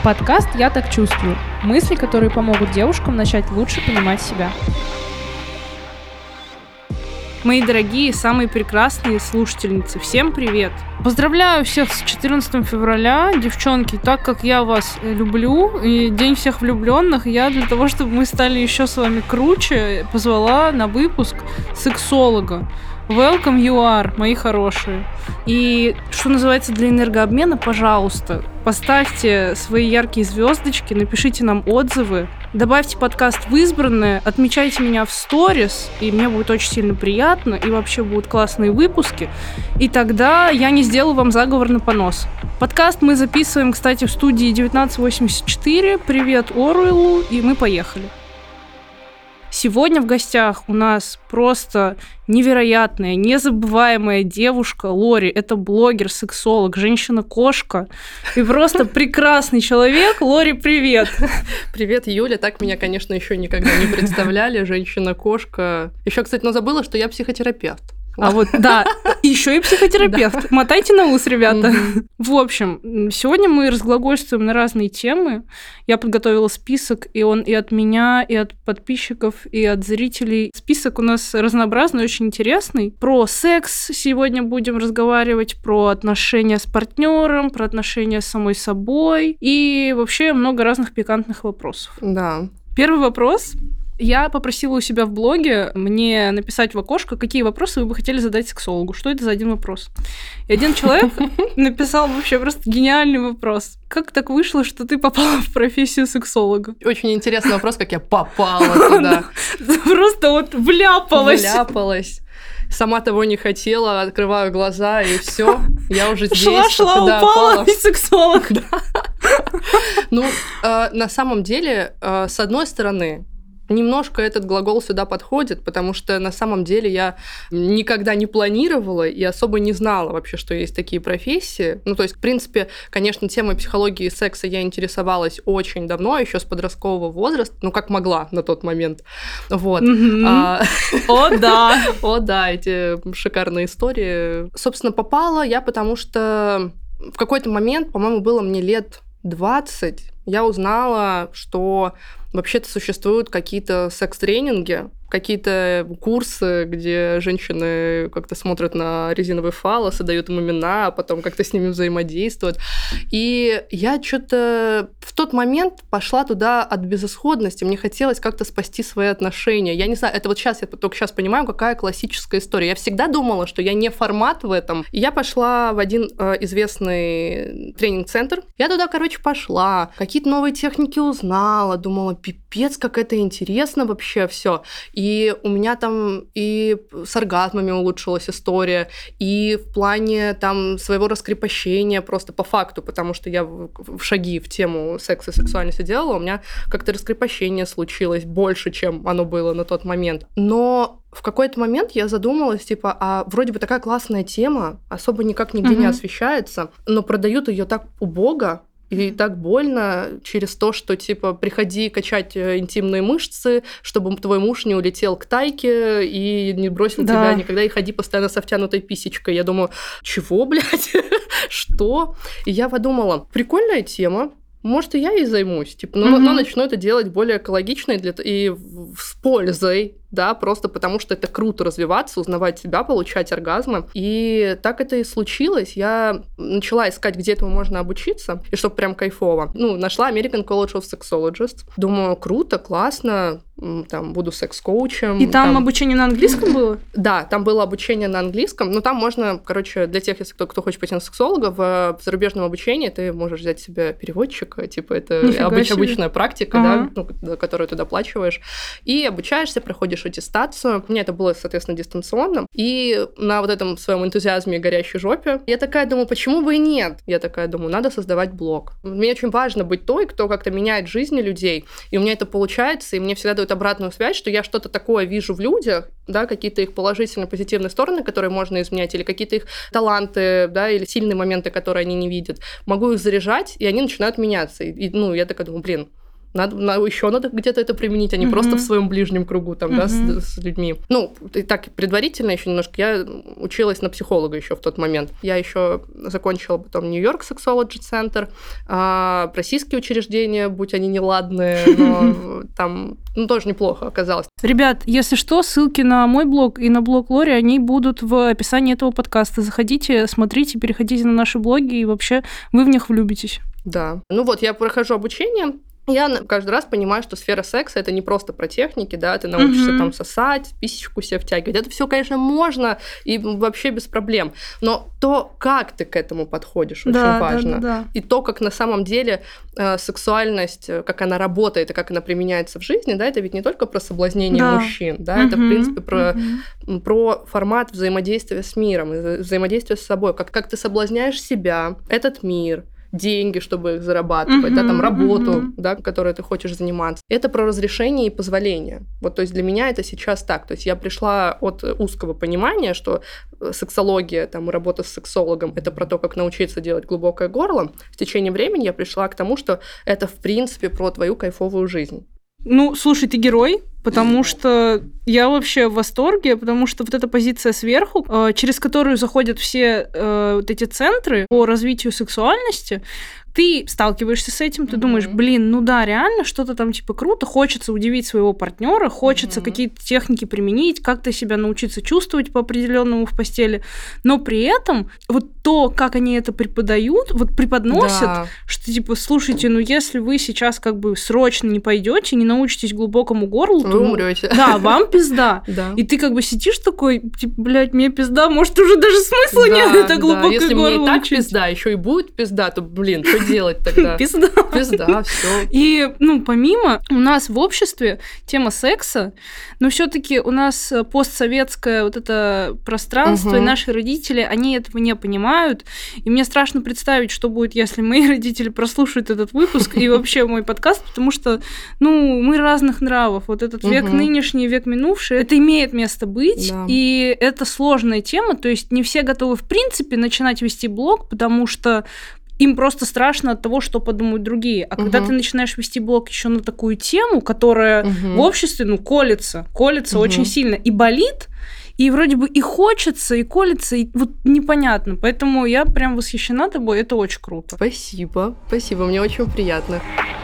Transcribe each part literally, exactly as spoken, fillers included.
Подкаст «Я так чувствую». Мысли, которые помогут девушкам начать лучше понимать себя. Мои дорогие, самые прекрасные слушательницы, всем привет! Поздравляю всех с четырнадцатым февраля, девчонки, так как я вас люблю, и День всех влюбленных, я для того, чтобы мы стали еще с вами круче, позвала на выпуск сексолога. Welcome you are, мои хорошие. И, что называется, для энергообмена, пожалуйста, поставьте свои яркие звездочки, напишите нам отзывы, добавьте подкаст в избранное, отмечайте меня в сторис, и мне будет очень сильно приятно, и вообще будут классные выпуски, и тогда я не сделаю вам заговор на понос. Подкаст мы записываем, кстати, в студии девятнадцать восемьдесят четыре. Привет Оруэллу, и мы поехали. Сегодня в гостях у нас просто невероятная, незабываемая девушка Лори. Это блогер, сексолог, женщина-кошка и просто прекрасный человек. Лори, привет! Привет, Юля. Так меня, конечно, еще никогда не представляли. Женщина-кошка. Еще, кстати, но забыла, что я психотерапевт. А вот, да, еще и психотерапевт. Мотайте на ус, ребята. Mm-hmm. В общем, сегодня мы разглагольствуем на разные темы. Я подготовила список, и он и от меня, и от подписчиков, и от зрителей. Список у нас разнообразный, очень интересный. Про секс сегодня будем разговаривать, про отношения с партнером, про отношения с самой собой, и вообще много разных пикантных вопросов. Да. Первый вопрос. Я попросила у себя в блоге мне написать в окошко, какие вопросы вы бы хотели задать сексологу. Что это за один вопрос? И один человек написал вообще просто гениальный вопрос. Как так вышло, что ты попала в профессию сексолога? Очень интересный вопрос, как я попала туда. Просто вот вляпалась. Вляпалась. Сама того не хотела, открываю глаза, и все, я уже здесь. Шла-шла, да, упала, и сексолог. Ну, на самом деле, с одной стороны, немножко этот глагол сюда подходит, потому что на самом деле я никогда не планировала и особо не знала вообще, что есть такие профессии. Ну, то есть, в принципе, конечно, темой психологии и секса я интересовалась очень давно, еще с подросткового возраста, ну, как могла на тот момент. Вот. Mm-hmm. А... О, да! О, да, эти шикарные истории. Собственно, попала я, потому что в какой-то момент, по-моему, было мне лет двадцать, я узнала, что вообще-то существуют какие-то секс-тренинги, какие-то курсы, где женщины как-то смотрят на резиновый фаллос и дают им имена, а потом как-то с ними взаимодействуют. И я что-то в тот момент пошла туда от безысходности. Мне хотелось как-то спасти свои отношения. Я не знаю, это вот сейчас, я только сейчас понимаю, какая классическая история. Я всегда думала, что я не формат в этом. И я пошла в один э, известный тренинг-центр. Я туда, короче, пошла, какие-то новые техники узнала, думала, пипец, как это интересно вообще все. И у меня там и с оргазмами улучшилась история, и в плане там своего раскрепощения просто по факту, потому что я в шаги в тему секса и сексуальности делала, у меня как-то раскрепощение случилось больше, чем оно было на тот момент. Но в какой-то момент я задумалась, типа, а вроде бы такая классная тема, особо никак нигде mm-hmm. не освещается, но продают ее так убого, и так больно через то, что, типа, приходи качать интимные мышцы, чтобы твой муж не улетел к Тайке и не бросил да. тебя никогда, и ходи постоянно со втянутой писечкой. Я думаю, чего, блядь? Что? И я подумала, прикольная тема, может, и я ей займусь, типа, но, mm-hmm. но начну это делать более экологично и, для, и с пользой, да, просто потому что это круто развиваться, узнавать себя, получать оргазмы. И так это и случилось. Я начала искать, где этому можно обучиться, и чтобы прям кайфово. Ну, нашла American College of Sexologists. Думаю, круто, классно, там, буду секс-коучем. И там, там обучение на английском было? Да, там было обучение на английском, но там можно, короче, для тех, если кто, кто хочет пойти на сексолога, в зарубежном обучении ты можешь взять себе переводчика, типа, это обыч, обычная практика, ага. да, ну, которую ты доплачиваешь, и обучаешься, проходишь аттестацию. У меня это было, соответственно, дистанционно. И на вот этом своем энтузиазме и горящей жопе я такая думаю, почему бы и нет? Я такая думаю, надо создавать блог. Мне очень важно быть той, кто как-то меняет жизни людей. И у меня это получается, и мне всегда дают обратную связь, что я что-то такое вижу в людях, да, какие-то их положительные, позитивные стороны, которые можно изменять, или какие-то их таланты, да, или сильные моменты, которые они не видят. Могу их заряжать, и они начинают меняться. И, ну, я такая думаю, блин, Надо, надо, еще надо где-то это применить, а не mm-hmm. просто в своем ближнем кругу там, mm-hmm. да, с, с людьми. Ну, и так предварительно еще немножко. Я училась на психолога еще в тот момент. Я еще закончила потом Нью-Йорк Sexology Center, а российские учреждения, будь они неладные, но там ну, тоже неплохо оказалось. Ребят, если что, ссылки на мой блог и на блог Лори, они будут в описании этого подкаста. Заходите, смотрите, переходите на наши блоги, и вообще вы в них влюбитесь. Да. Ну вот, я прохожу обучение. Я каждый раз понимаю, что сфера секса — это не просто про техники, да, ты научишься mm-hmm. там сосать, писечку себе втягивать. Это все, конечно, можно и вообще без проблем. Но то, как ты к этому подходишь, очень да, важно. Да, да, да. И то, как на самом деле э, сексуальность, как она работает и как она применяется в жизни, да, это ведь не только про соблазнение да. мужчин, да, mm-hmm. это, в принципе, про, mm-hmm. про формат взаимодействия с миром, взаимодействия с собой, как, как ты соблазняешь себя, этот мир, деньги, чтобы их зарабатывать, uh-huh, да, там работу, uh-huh. да, которой ты хочешь заниматься. Это про разрешение и позволение. Вот, то есть для меня это сейчас так. То есть я пришла от узкого понимания, что сексология, там, и работа с сексологом — это про то, как научиться делать глубокое горло. В течение времени я пришла к тому, что это, в принципе, про твою кайфовую жизнь. Ну, слушай, ты герой, потому что я вообще в восторге, потому что вот эта позиция сверху, э, через которую заходят все э, вот эти центры по развитию сексуальности, ты сталкиваешься с этим, ты mm-hmm. думаешь, блин, ну да, реально, что-то там типа круто, хочется удивить своего партнера, хочется mm-hmm. какие-то техники применить, как-то себя научиться чувствовать по определенному в постели, но при этом вот то, как они это преподают, вот преподносят, да. что типа, слушайте, ну если вы сейчас как бы срочно не пойдете, не научитесь глубокому горлу, вы то умрете. Да, вам пизда. Да. И ты как бы сидишь такой, типа, блядь, мне пизда, может уже даже смысла да, нет это глубокое да. Если горло мне и так учить. Пизда, еще и будет пизда, то блин, что делать тогда? Пизда. Пизда, все. И, ну, помимо, у нас в обществе тема секса, но все-таки у нас постсоветское вот это пространство, угу. и наши родители, они этого не понимают. И мне страшно представить, что будет, если мои родители прослушают этот выпуск и вообще мой подкаст, потому что, ну, мы разных нравов. Вот этот век угу. нынешний, век минувший, это имеет место быть, да. и это сложная тема, то есть не все готовы, в принципе, начинать вести блог, потому что им просто страшно от того, что подумают другие. А угу. когда ты начинаешь вести блог еще на такую тему, которая угу. в обществе, ну, колется, колется угу. очень сильно и болит, и вроде бы и хочется, и колется, и вот непонятно. Поэтому я прям восхищена тобой, это очень круто. Спасибо, спасибо, мне очень приятно.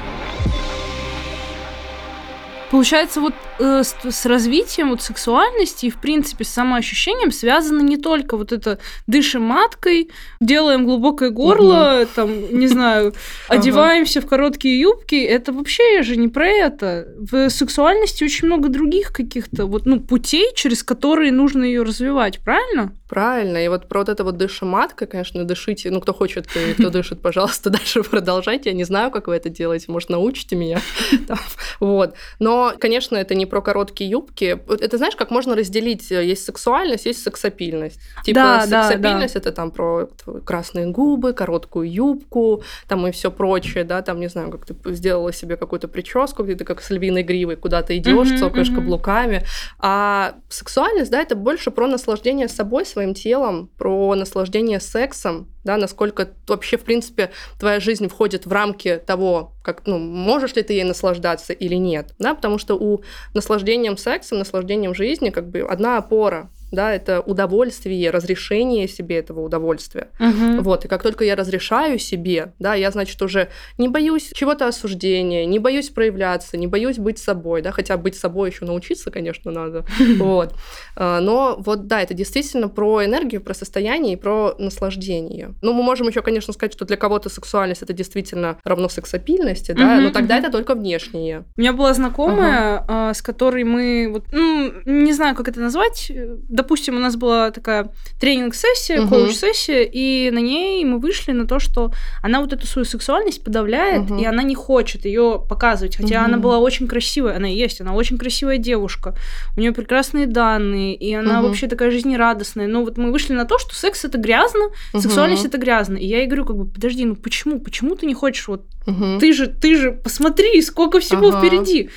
Получается, вот э, с, с развитием вот сексуальности и, в принципе, с самоощущением связано не только вот это дышим маткой, делаем глубокое горло, угу. там, не знаю, одеваемся в короткие юбки. Это вообще же не про это. В сексуальности очень много других каких-то вот, ну, путей, через которые нужно ее развивать, правильно? Правильно. И вот про вот это вот дышим маткой, конечно, дышите. Ну, кто хочет, кто дышит, пожалуйста, дальше продолжайте. Я не знаю, как вы это делаете. Может, научите меня. Вот. Но, конечно, это не про короткие юбки. Это, знаешь, как можно разделить? Есть сексуальность, есть сексапильность. Типа да, сексапильность да, да. это там про красные губы, короткую юбку, там и все прочее, да, там, не знаю, как ты сделала себе какую-то прическу, где ты как с львиной гривой куда-то идешь, mm-hmm, цокаешь mm-hmm. каблуками. А сексуальность, да, это больше про наслаждение собой, своим телом, про наслаждение сексом, да, насколько вообще, в принципе, твоя жизнь входит в рамки того, как, ну, можешь ли ты ей наслаждаться или нет, да, потому что у наслаждением сексом, наслаждением жизнью как бы одна опора, да, это удовольствие, разрешение себе этого удовольствия. Uh-huh. Вот, и как только я разрешаю себе, да, я, значит, уже не боюсь чего-то осуждения, не боюсь проявляться, не боюсь быть собой, да, хотя быть собой еще научиться, конечно, надо, вот. Но вот, да, это действительно про энергию, про состояние и про наслаждение. Ну, мы можем еще, конечно, сказать, что для кого-то сексуальность это действительно равно сексапильности, да, uh-huh, но тогда uh-huh. это только внешнее. У меня была знакомая, uh-huh. с которой мы, вот, ну, не знаю, как это назвать. Допустим, у нас была такая тренинг-сессия, uh-huh. коуч-сессия, и на ней мы вышли на то, что она вот эту свою сексуальность подавляет, uh-huh. и она не хочет ее показывать, хотя uh-huh. она была очень красивая, она и есть, она очень красивая девушка, у нее прекрасные данные, и она uh-huh. вообще такая жизнерадостная. Но вот мы вышли на то, что секс это грязно, uh-huh. сексуальность это грязно. И я ей говорю, как бы, подожди, ну почему? Почему ты не хочешь вот... Uh-huh. Ты же, ты же, посмотри, сколько всего uh-huh. впереди.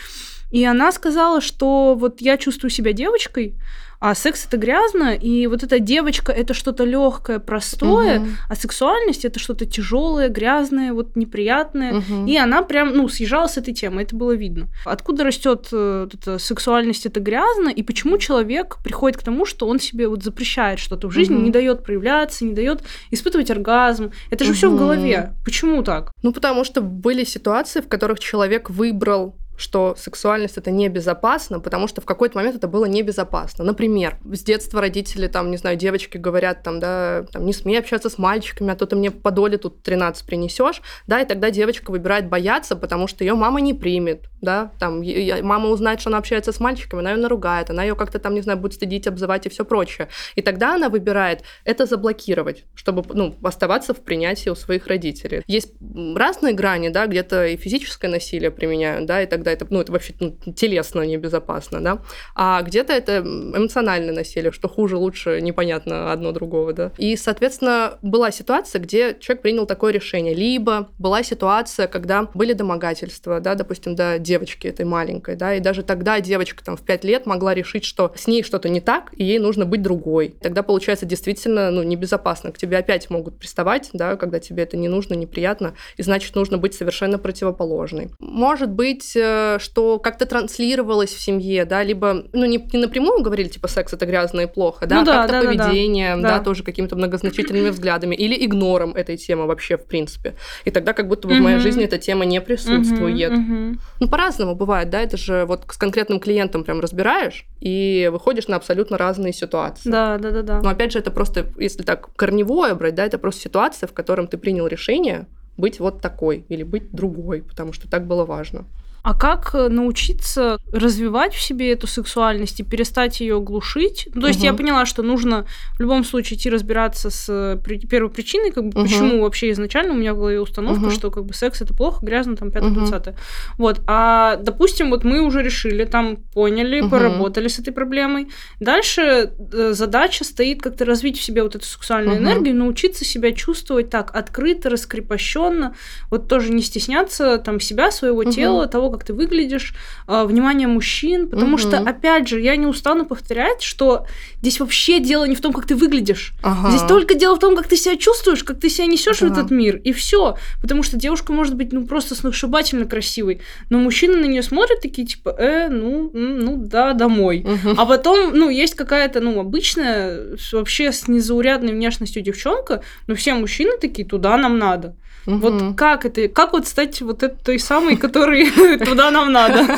И она сказала, что вот я чувствую себя девочкой, а секс это грязно, и вот эта девочка это что-то легкое, простое, угу. а сексуальность это что-то тяжелое, грязное, вот неприятное. Угу. И она прям, ну, съезжала с этой темы, это было видно. Откуда растет вот эта сексуальность, это грязно, и почему человек приходит к тому, что он себе вот запрещает что-то в жизни, угу. не дает проявляться, не дает испытывать оргазм. Это же угу. все в голове. Почему так? Ну, потому что были ситуации, в которых человек выбрал, что сексуальность это небезопасно, потому что в какой-то момент это было небезопасно. Например, с детства родители, там, не знаю, девочки говорят, там, да, там, не смей общаться с мальчиками, а то ты мне по доле тут тринадцать принесешь, да, и тогда девочка выбирает бояться, потому что ее мама не примет, да, там, мама узнает, что она общается с мальчиками, она ее наругает, она ее как-то там, не знаю, будет стыдить, обзывать и все прочее. И тогда она выбирает это заблокировать, чтобы, ну, оставаться в принятии у своих родителей. Есть разные грани, да, где-то и физическое насилие применяют, да, и тогда это, ну, это вообще ну, телесно небезопасно, да, а где-то это эмоциональное насилие, что хуже, лучше, непонятно одно другого, да. И, соответственно, была ситуация, где человек принял такое решение, либо была ситуация, когда были домогательства, да, допустим, до девочки этой маленькой, да, и даже тогда девочка там в пять лет могла решить, что с ней что-то не так, и ей нужно быть другой. Тогда, получается, действительно, ну, небезопасно. К тебе опять могут приставать, да, когда тебе это не нужно, неприятно, и значит, нужно быть совершенно противоположной. Может быть, что как-то транслировалось в семье, да, либо, ну, не, не напрямую говорили, типа, секс это грязно и плохо, да, ну, да как-то да, поведением, да, да, да. тоже какими-то многозначительными взглядами или игнором этой темы вообще, в принципе. И тогда как будто бы в моей жизни эта тема не присутствует. Ну, по-разному бывает, да, это же вот с конкретным клиентом прям разбираешь и выходишь на абсолютно разные ситуации. Да, да, да, да. Но опять же, это просто, если так корневое брать, да, это просто ситуация, в которой ты принял решение быть вот такой или быть другой, потому что так было важно. А как научиться развивать в себе эту сексуальность и перестать ее глушить? Ну, то есть угу. я поняла, что нужно в любом случае идти разбираться с первой причиной, как бы, угу. почему вообще изначально у меня в голове установка, угу. что как бы секс это плохо, грязно, там пятое-двадцатое. Угу. Вот. А допустим, вот мы уже решили, там поняли, угу. поработали с этой проблемой. Дальше задача стоит как-то развить в себе вот эту сексуальную угу. энергию, научиться себя чувствовать так открыто, раскрепощенно, вот тоже не стесняться там себя, своего угу. тела, того, как ты выглядишь, внимание мужчин, потому угу. что, опять же, я не устану повторять, что здесь вообще дело не в том, как ты выглядишь. Ага. Здесь только дело в том, как ты себя чувствуешь, как ты себя несешь да. в этот мир, и все. Потому что девушка может быть, ну, просто сногсшибательно красивой, но мужчины на нее смотрят такие, типа, э, ну, ну, да, домой. Угу. А потом, ну, есть какая-то, ну, обычная, вообще с незаурядной внешностью девчонка, но все мужчины такие, туда нам надо. Угу. Вот как это, как вот стать вот этой самой, которой туда нам надо?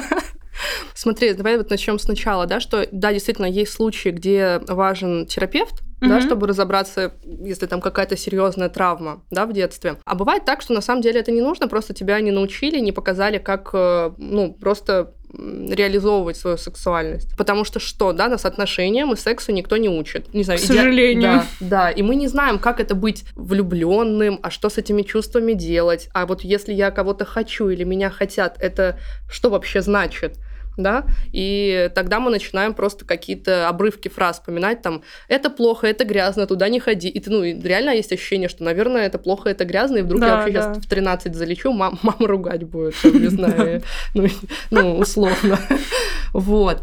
Смотри, давай вот начнем сначала, да, что, да, действительно, есть случаи, где важен терапевт, mm-hmm. да, чтобы разобраться, если там какая-то серьезная травма, да, в детстве. А бывает так, что на самом деле это не нужно, просто тебя не научили, не показали, как, ну, просто реализовывать свою сексуальность. Потому что что, да, нас отношениям и сексу никто не учит. Не знаю, к сожалению. Да, да, и мы не знаем, как это быть влюбленным, а что с этими чувствами делать. А вот если я кого-то хочу или меня хотят, это что вообще значит? Да, и тогда мы начинаем просто какие-то обрывки фраз вспоминать, там, это плохо, это грязно, туда не ходи. И ты, ну, и реально есть ощущение, что, наверное, это плохо, это грязно, и вдруг да, я вообще да. сейчас в тринадцать залечу, мам, мама ругать будет, не знаю, ну, условно. Вот.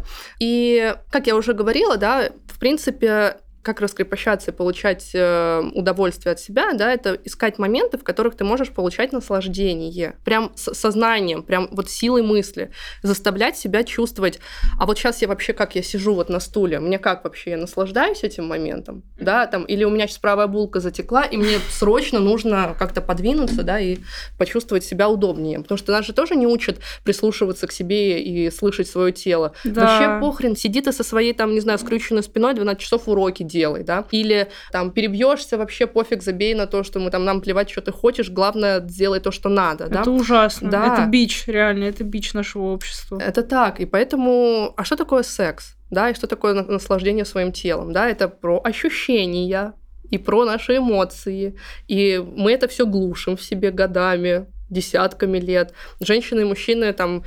И, как я уже говорила, да, в принципе, как раскрепощаться и получать э, удовольствие от себя, да, это искать моменты, в которых ты можешь получать наслаждение, прям с сознанием, прям вот силой мысли, заставлять себя чувствовать, а вот сейчас я вообще, как я сижу вот на стуле, мне как вообще, я наслаждаюсь этим моментом, да, там, или у меня сейчас правая булка затекла, и мне срочно нужно как-то подвинуться, да, и почувствовать себя удобнее, потому что нас же тоже не учат прислушиваться к себе и слышать свое тело. Да. Вообще похрен, сиди ты со своей, там, не знаю, скрюченной спиной двенадцать часов уроки делай, да, или там перебьешься, вообще пофиг, забей на то, что мы там, нам плевать, что ты хочешь, главное, сделай то, что надо, да. Это ужасно, да. Это бич, реально, это бич нашего общества. Это так, и поэтому, а что такое секс, да, и что такое наслаждение своим телом, да, это про ощущения и про наши эмоции, и мы это все глушим в себе годами, десятками лет. Женщины и мужчины там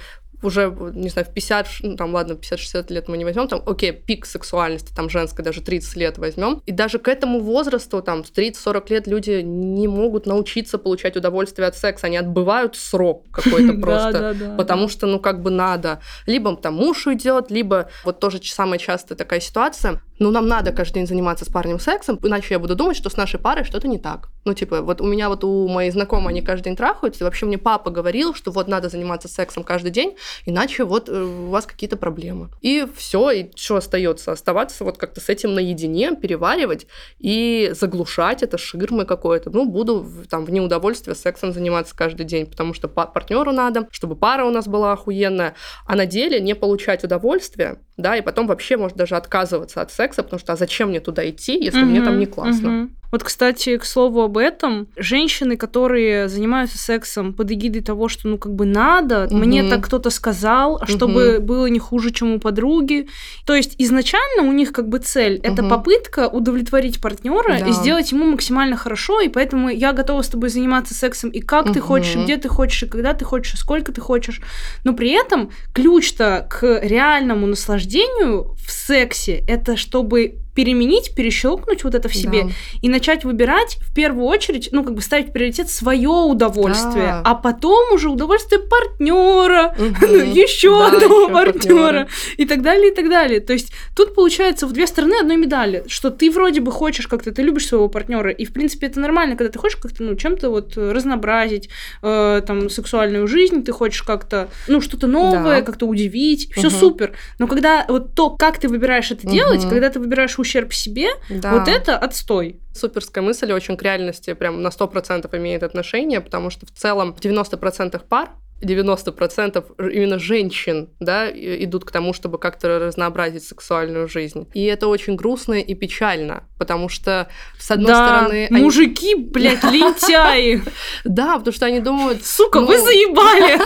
уже, не знаю, в пятьдесят, ну, там, ладно, пятьдесят-шестьдесят лет мы не возьмем, там, окей, пик сексуальности, там, женской, даже тридцать лет возьмем. И даже к этому возрасту, там, с тридцать-сорок лет люди не могут научиться получать удовольствие от секса, они отбывают срок какой-то просто, потому что, ну, как бы надо. Либо там муж уйдет, либо вот тоже самая частая такая ситуация, ну, нам надо каждый день заниматься с парнем сексом, иначе я буду думать, что с нашей парой что-то не так. Ну, типа, вот у меня вот у моей знакомой, они каждый день трахаются, и вообще мне папа говорил, что вот надо заниматься сексом каждый день, иначе вот у вас какие-то проблемы. И все, и что остается? Оставаться вот как-то с этим наедине, переваривать и заглушать это ширмой какой-то. Ну, буду там в неудовольствие сексом заниматься каждый день, потому что партнеру надо, чтобы пара у нас была охуенная, а на деле не получать удовольствие, да, и потом вообще может даже отказываться от секса, потому что а зачем мне туда идти, если угу, мне там не классно? Угу. Вот, кстати, к слову об этом, женщины, которые занимаются сексом под эгидой того, что, ну, как бы надо, угу. мне так кто-то сказал, угу. чтобы было не хуже, чем у подруги. То есть изначально у них как бы цель угу. — это попытка удовлетворить партнера да. и сделать ему максимально хорошо, и поэтому я готова с тобой заниматься сексом и как угу. ты хочешь, и где ты хочешь, и когда ты хочешь, и сколько ты хочешь. Но при этом ключ-то к реальному наслаждению в сексе — это чтобы переменить, перещелкнуть вот это в себе да. и начать выбирать в первую очередь, ну, как бы ставить в приоритет свое удовольствие, да. а потом уже удовольствие партнера, угу. еще да, одного партнера и так далее, и так далее. То есть тут получается в две стороны одной медали, что ты вроде бы хочешь как-то, ты любишь своего партнера, и в принципе это нормально, когда ты хочешь как-то, ну, чем-то вот разнообразить э, там сексуальную жизнь, ты хочешь как-то, ну, что-то новое, да. как-то удивить, все угу. супер. Но когда вот то, как ты выбираешь это угу. делать, когда ты выбираешь ущерб себе, да. вот это отстой. Суперская мысль, очень к реальности прям на сто процентов имеет отношение, потому что в целом в девяносто процентов пар, девяносто процентов именно женщин, да, идут к тому, чтобы как-то разнообразить сексуальную жизнь. И это очень грустно и печально, потому что, с одной да, стороны... мужики, они... блядь, лентяи. Да, потому что они думают... Сука, вы заебали!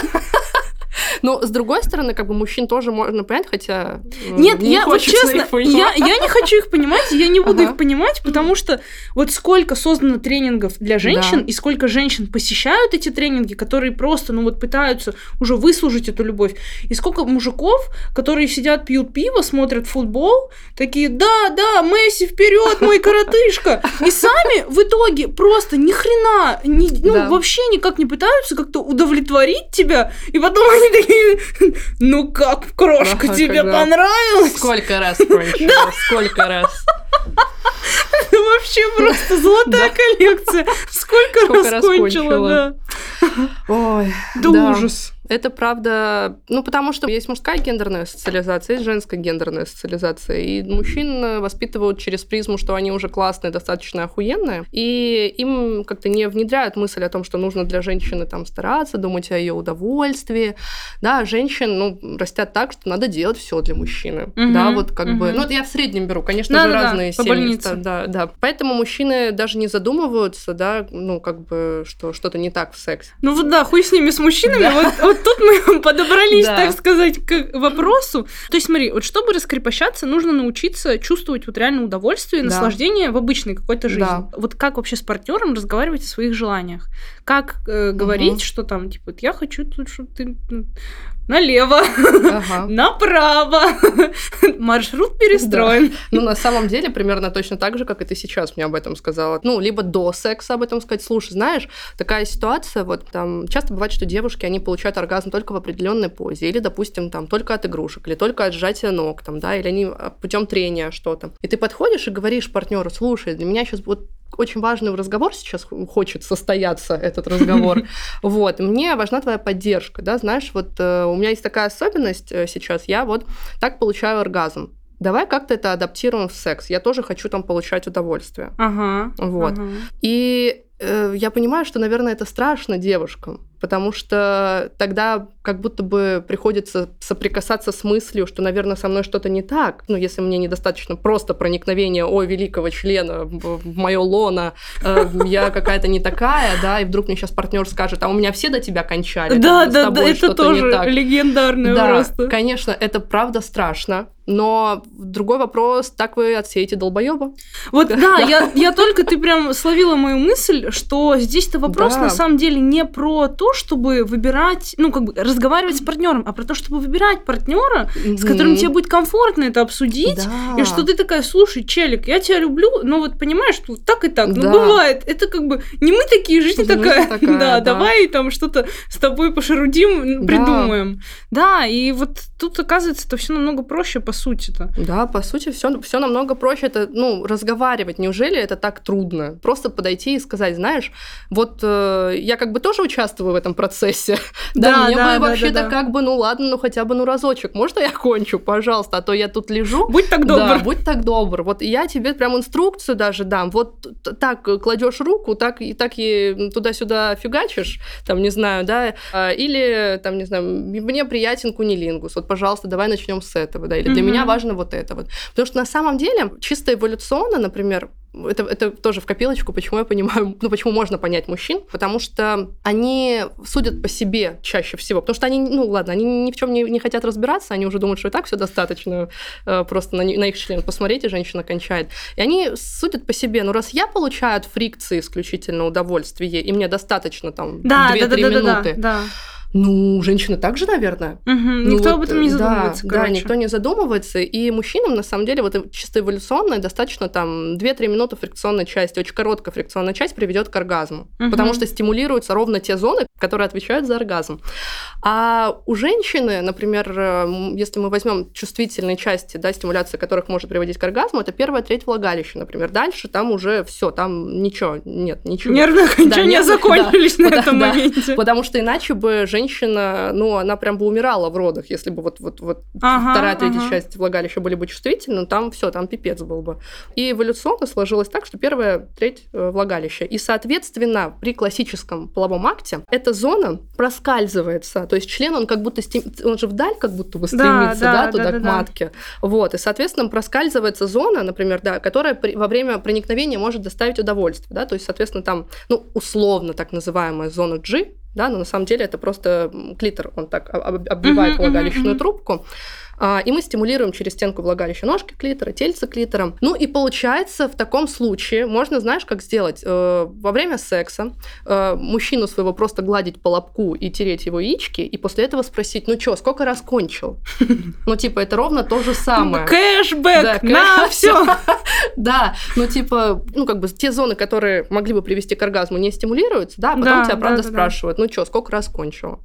Но, с другой стороны, как бы мужчин тоже можно понять, хотя Нет, не я вот честно, я, я не хочу их понимать, я не буду ага. их понимать, потому что вот сколько создано тренингов для женщин, да. и сколько женщин посещают эти тренинги, которые просто, ну вот, пытаются уже выслужить эту любовь, и сколько мужиков, которые сидят, пьют пиво, смотрят футбол, такие, да, да, Месси вперед, мой коротышка, и сами в итоге просто ни хрена, ни, ну да. вообще никак не пытаются как-то удовлетворить тебя, и потом они такие, ну как, крошка, ага, тебе когда... понравилось? Сколько раз кончила, да. сколько раз. Это вообще просто золотая коллекция. Сколько раз кончила, да. Ой, да ужас. Это правда, ну, потому что есть мужская гендерная социализация, есть женская гендерная социализация, и мужчин воспитывают через призму, что они уже классные, достаточно охуенные, и им как-то не внедряют мысль о том, что нужно для женщины там стараться, думать о ее удовольствии, да, женщин, ну, растят так, что надо делать все для мужчины, угу, да, вот как угу. бы, ну, это я в среднем беру, конечно да, же, да, разные да, семьи, да, да, поэтому мужчины даже не задумываются, да, ну, как бы, что что-то не так в сексе. Ну, вот да, хуй с ними, с мужчинами, да. вот, вот тут мы подобрались, да. так сказать, к вопросу. То есть, смотри, вот чтобы раскрепощаться, нужно научиться чувствовать вот реально удовольствие и да. наслаждение в обычной какой-то жизни. Да. Вот как вообще с партнером разговаривать о своих желаниях? Как э, говорить, угу. что там, типа, я хочу тут, чтобы ты налево, ага. направо, маршрут перестроен. Да. Ну, на самом деле, примерно точно так же, как и ты сейчас мне об этом сказала. Ну, либо до секса об этом сказать. Слушай, знаешь, такая ситуация, вот там часто бывает, что девушки, они получают оргазм только в определенной позе, или, допустим, там только от игрушек, или только от сжатия ног, там, да, или они путем трения что-то. И ты подходишь и говоришь партнеру: слушай, для меня сейчас вот очень важный разговор сейчас хочет состояться, этот разговор. Вот, мне важна твоя поддержка, да, знаешь, вот у меня есть такая особенность сейчас, я вот так получаю оргазм. Давай как-то это адаптируем в секс. Я тоже хочу там получать удовольствие. Ага. Вот. Ага. И э, я понимаю, что, наверное, это страшно девушкам, потому что тогда как будто бы приходится соприкасаться с мыслью, что, наверное, со мной что-то не так. Ну, если мне недостаточно просто проникновения о великого члена в мое лоно, э, я какая-то не такая, да, и вдруг мне сейчас партнер скажет: а у меня все до тебя кончали. Да, да, да, это тоже легендарное просто. Да, конечно, это правда страшно. Но другой вопрос: так вы отсеете долбоёба? Вот да, я, я только, ты прям словила мою мысль, что здесь-то вопрос да. на самом деле не про то, то, чтобы выбирать, ну, как бы разговаривать с партнером, а про то, чтобы выбирать партнера, mm-hmm. с которым тебе будет комфортно это обсудить, да. и что ты такая, слушай, челик, я тебя люблю, но вот понимаешь, вот так и так, да. ну, бывает, это как бы не мы такие, жизнь жизнь такая, такая да, да, давай там что-то с тобой пошарудим, придумаем. Да, да и вот тут, оказывается, это все намного проще, по сути-то. Да, по сути, все, все намного проще, это, ну, разговаривать, неужели это так трудно? Просто подойти и сказать, знаешь, вот э, я как бы тоже участвую в этом процессе, да, да мне да, бы да, вообще-то да, да. как бы, ну ладно, ну хотя бы ну разочек, можно я кончу, пожалуйста, а то я тут лежу. Будь так добр. Да, будь так добр. Вот я тебе прям инструкцию даже дам, вот так кладешь руку, так и так и туда-сюда фигачишь, там, не знаю, да, или, там, не знаю, мне приятен кунилингус, вот, пожалуйста, давай начнем с этого, да, или для mm-hmm. меня важно вот это вот. Потому что на самом деле, чисто эволюционно, например, Это, это тоже в копилочку, почему я понимаю, ну, почему можно понять мужчин, потому что они судят по себе чаще всего, потому что они, ну, ладно, они ни в чем не, не хотят разбираться, они уже думают, что и так все достаточно, э, просто на, на их член посмотрите, женщина кончает. И они судят по себе, ну, раз я получаю от фрикции исключительно удовольствие, и мне достаточно там да, две-три да, да, минуты, да, да. Ну, женщины также, наверное. Угу, ну, никто вот, об этом не задумывается, да, короче. Да, никто не задумывается. И мужчинам, на самом деле, вот чисто эволюционно, достаточно там две-три минуты фрикционной части, очень короткая фрикционная часть приведет к оргазму. Угу. Потому что стимулируются ровно те зоны, которые отвечают за оргазм. А у женщины, например, если мы возьмем чувствительные части, да, стимуляция которых может приводить к оргазму, это первая треть влагалища, например. Дальше там уже все, там ничего, нет, ничего. Нервные окончания да, закончились да, на да, этом да, моменте. Потому что иначе бы женщина, ну, она прям бы умирала в родах, если бы вот, вот, вот ага, вторая, третья ага. часть влагалища были бы чувствительны, там все, там пипец был бы. И эволюционно сложилось так, что первая треть влагалища. И, соответственно, при классическом половом акте эта зона проскальзывается, то есть член, он как будто, стем... он же вдаль как будто бы стремится, да, да, да, туда, да, к да, матке. Да. Вот, и, соответственно, проскальзывается зона, например, да, которая при... во время проникновения может доставить удовольствие, да, то есть, соответственно, там, ну, условно так называемая зона G, да, но на самом деле это просто клитор, он так обвивает uh-huh, влагалищную uh-huh. трубку, и мы стимулируем через стенку влагалища ножки клитора, тельце клитора. Ну и получается, в таком случае можно, знаешь, как сделать? Во время секса мужчину своего просто гладить по лобку и тереть его яички, и после этого спросить, ну чё, сколько раз кончил? Ну типа это ровно то же самое. Кэшбэк на всё. Да, ну типа, ну как бы те зоны, которые могли бы привести к оргазму, не стимулируются, да, а потом тебя правда спрашивают, ну чё, сколько раз кончила?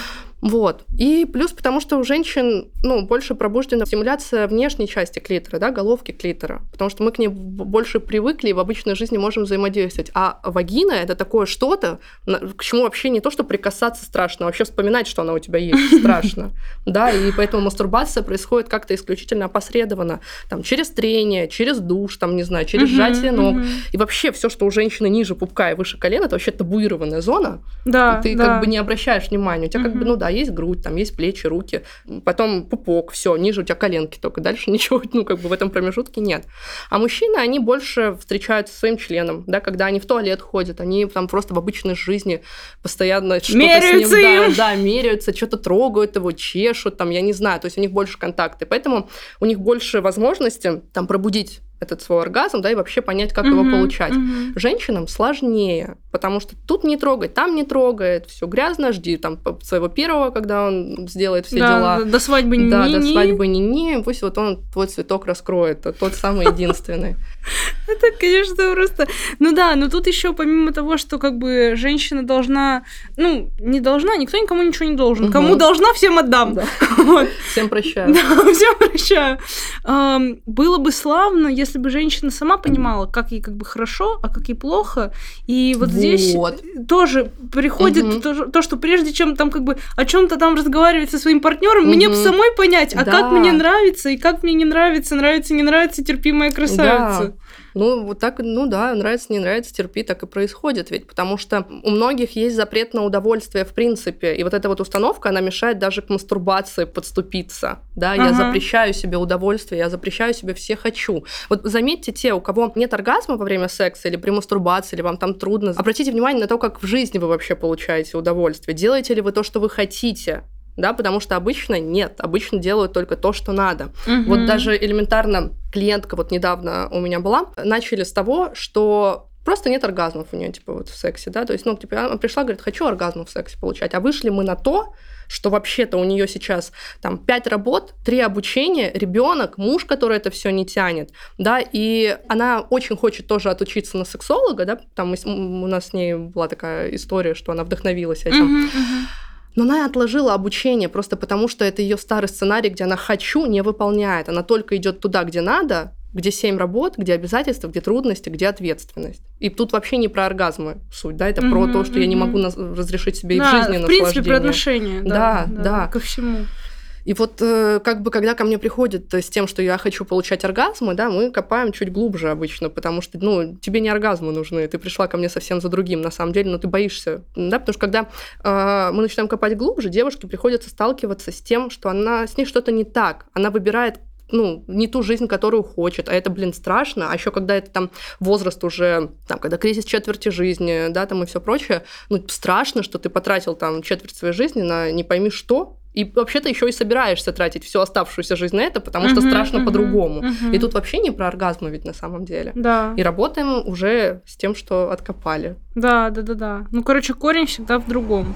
Вот. И плюс потому, что у женщин, ну, больше пробуждена стимуляция внешней части клитора, да, головки клитора, потому что мы к ней больше привыкли и в обычной жизни можем взаимодействовать. А вагина – это такое что-то, к чему вообще не то, что прикасаться страшно, а вообще вспоминать, что она у тебя есть, страшно. Да, и поэтому мастурбация происходит как-то исключительно опосредованно, там, через трение, через душ, там, не знаю, через сжатие ног. И вообще все, что у женщины ниже пупка и выше колена, это вообще табуированная зона. Да, и ты да. как бы не обращаешь внимания. У тебя как бы, ну да, есть грудь, там есть плечи, руки, потом пупок, все, ниже у тебя коленки только, дальше ничего, ну, как бы в этом промежутке нет. А мужчины, они больше встречаются со своим членом, да, когда они в туалет ходят, они там просто в обычной жизни постоянно что-то меряются с ним, им. да, да, меряются, что-то трогают его, чешут, там, я не знаю, то есть у них больше контакты, поэтому у них больше возможности там пробудить этот свой оргазм, да, и вообще понять, как uh-huh, его получать. Uh-huh. Женщинам сложнее, потому что тут не трогает, там не трогает, все грязно, жди там своего первого, когда он сделает все да, дела. До свадьбы не Да, не, до не. свадьбы не-не, пусть вот он твой цветок раскроет, тот самый единственный. Это, конечно, просто... Ну да, но тут еще помимо того, что как бы женщина должна... Ну, не должна, никто никому ничего не должен. Кому должна, всем отдам. Всем прощаю. Да, всем прощаю. Было бы славно, если если бы женщина сама понимала, как ей как бы хорошо, а как ей плохо. И вот, вот. здесь тоже приходит угу. то, то, что прежде чем там как бы о чем-то там разговаривать со своим партнером, угу. мне бы самой понять, а да. как мне нравится и как мне не нравится, нравится, не нравится, терпимая красавица. Да. Ну, вот так, ну да, нравится, не нравится, терпи, так и происходит ведь, потому что у многих есть запрет на удовольствие в принципе, и вот эта вот установка, она мешает даже к мастурбации подступиться, да, ага. я запрещаю себе удовольствие, я запрещаю себе все хочу. Вот заметьте, те, у кого нет оргазма во время секса или при мастурбации, или вам там трудно, обратите внимание на то, как в жизни вы вообще получаете удовольствие, делаете ли вы то, что вы хотите, да, потому что обычно нет, обычно делают только то, что надо. Угу. Вот даже элементарно клиентка вот недавно у меня была, начали с того, что просто нет оргазмов у нее, типа, вот в сексе, да, то есть, ну, типа, она пришла, говорит, хочу оргазм в сексе получать, а вышли мы на то, что вообще-то у нее сейчас там пять работ, три обучения, ребенок, муж, который это все не тянет, да, и она очень хочет тоже отучиться на сексолога, да, там у нас с ней была такая история, что она вдохновилась этим. Uh-huh, uh-huh. Но она отложила обучение просто потому, что это ее старый сценарий, где она «хочу» не выполняет. Она только идет туда, где надо, где семь работ, где обязательства, где трудности, где ответственность. И тут вообще не про оргазмы суть, да, это mm-hmm, про то, что mm-hmm. я не могу на- разрешить себе и да, в жизни в наслаждение. принципе, про отношения. Да, да, да, да. Ко всему. И вот как бы, когда ко мне приходят с тем, что я хочу получать оргазмы, да, мы копаем чуть глубже обычно, потому что, ну, тебе не оргазмы нужны, ты пришла ко мне совсем за другим, на самом деле, но ты боишься, да, потому что когда э, мы начинаем копать глубже, девушке приходится сталкиваться с тем, что она, с ней что-то не так, она выбирает ну, не ту жизнь, которую хочет, а это, блин, страшно, а еще когда это там возраст уже, там, когда кризис четверти жизни, да, там и все прочее, ну, страшно, что ты потратил там четверть своей жизни на не пойми что, и вообще-то еще и собираешься тратить всю оставшуюся жизнь на это, потому что uh-huh, страшно uh-huh, по-другому. Uh-huh. И тут вообще не про оргазмы ведь на самом деле. Да. И работаем уже с тем, что откопали. Да, да, да, да. Ну, короче, корень всегда в другом.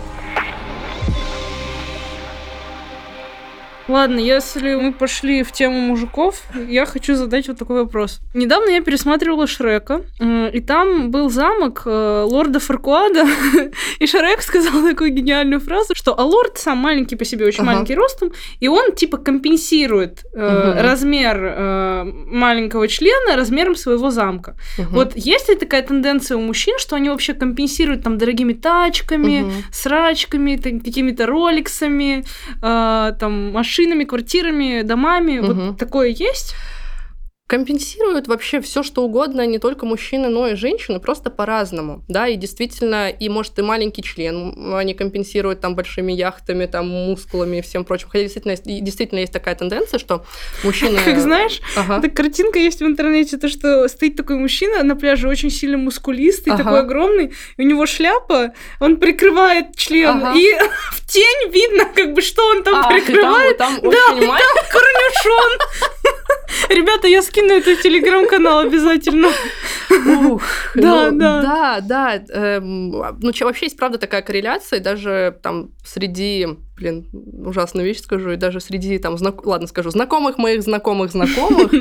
Ладно, если мы пошли в тему мужиков, я хочу задать вот такой вопрос. Недавно я пересматривала Шрека, и там был замок лорда Фаркуада, и Шрек сказал такую гениальную фразу, что а лорд сам маленький по себе, очень ага. маленький ростом, и он типа компенсирует э, угу. размер э, маленького члена размером своего замка. Угу. Вот есть ли такая тенденция у мужчин, что они вообще компенсируют там дорогими тачками, угу. срачками, там, какими-то роликсами, э, там, машинами, машинами, квартирами, домами. Угу. Вот такое есть? Компенсируют вообще все, что угодно, не только мужчины, но и женщины, просто по-разному, да, и действительно, и может и маленький член они компенсируют там большими яхтами, там мускулами и всем прочим, хотя действительно, действительно есть такая тенденция, что мужчины... Как знаешь, ага. так картинка есть в интернете, то, что стоит такой мужчина на пляже, очень сильно мускулистый, ага. такой огромный, и у него шляпа, он прикрывает член, ага. и в тень видно, как бы, что он там а, прикрывает. Там, там да, очень там корнюшон. Ребята, я скину это в телеграм-канал обязательно. Ух, да, ну, да. Да, да. Эм, ну, вообще есть, правда, такая корреляция, и даже там среди, блин, ужасную вещь скажу, и даже среди, там, знак... ладно, скажу, знакомых моих знакомых-знакомых,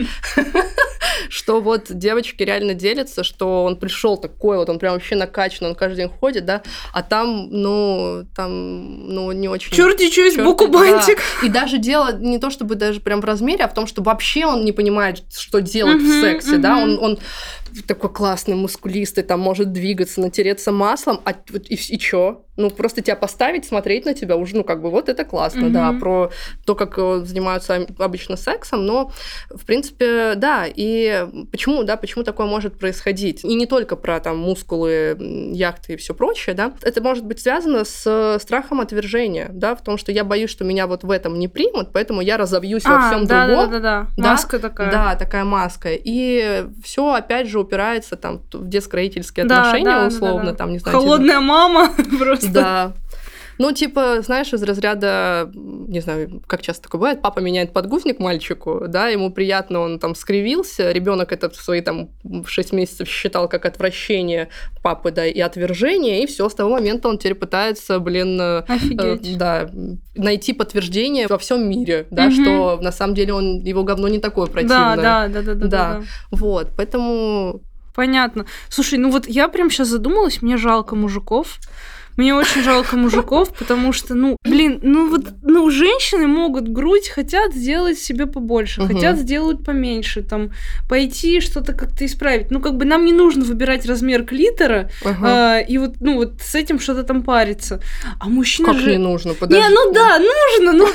что вот девочки реально делятся, что он пришел такой, вот он прям вообще накачан, он каждый день ходит, да, а там, ну, там, ну, не очень... Чёрти чё есть боку бантик. Да. И даже дело не то, чтобы даже прям в размере, а в том, что вообще он не понимает, что делать uh-huh, в сексе, uh-huh. да, он, он такой классный, мускулистый, там может двигаться, натереться маслом, а и, и чё? Ну, просто тебя поставить, смотреть на тебя уже, ну, как бы, вот это классно, uh-huh. да, про то, как занимаются обычно сексом, но, в принципе, да, и почему, да, почему такое может происходить? И не только про, там, мускулы, яхты и все прочее, да, это может быть связано с страхом отвержения, да, в том, что я боюсь, что меня вот в этом не примут, поэтому я разовьюсь а, во всем да, другом. Да, да, да, маска такая. Да, такая маска. И все опять же упирается там в детско-родительские да, отношения, да, условно, да, да. там, не знаю. Холодная типа... мама просто. Да. Ну, типа, знаешь, из разряда, не знаю, как часто такое бывает, папа меняет подгузник мальчику, да, ему приятно, он там скривился, ребенок это в свои там шесть месяцев считал как отвращение папы, да, и отвержение, и все, с того момента он теперь пытается, блин, э, да, найти подтверждение во всем мире, да, угу. что на самом деле он, его говно не такое противное. Да, да, да, да, да, да, да. Вот, поэтому... Понятно. Слушай, ну вот я прям сейчас задумалась, мне жалко мужиков. Мне очень жалко мужиков, потому что, ну, блин, ну вот, ну, женщины могут грудь, хотят сделать себе побольше, uh-huh. хотят сделать поменьше, там, пойти что-то как-то исправить. Ну, как бы нам не нужно выбирать размер клитора, uh-huh. а, и вот, ну, вот с этим что-то там париться. А мужчина как же... не нужно? Подожди. Не, ну да, нужно, ну,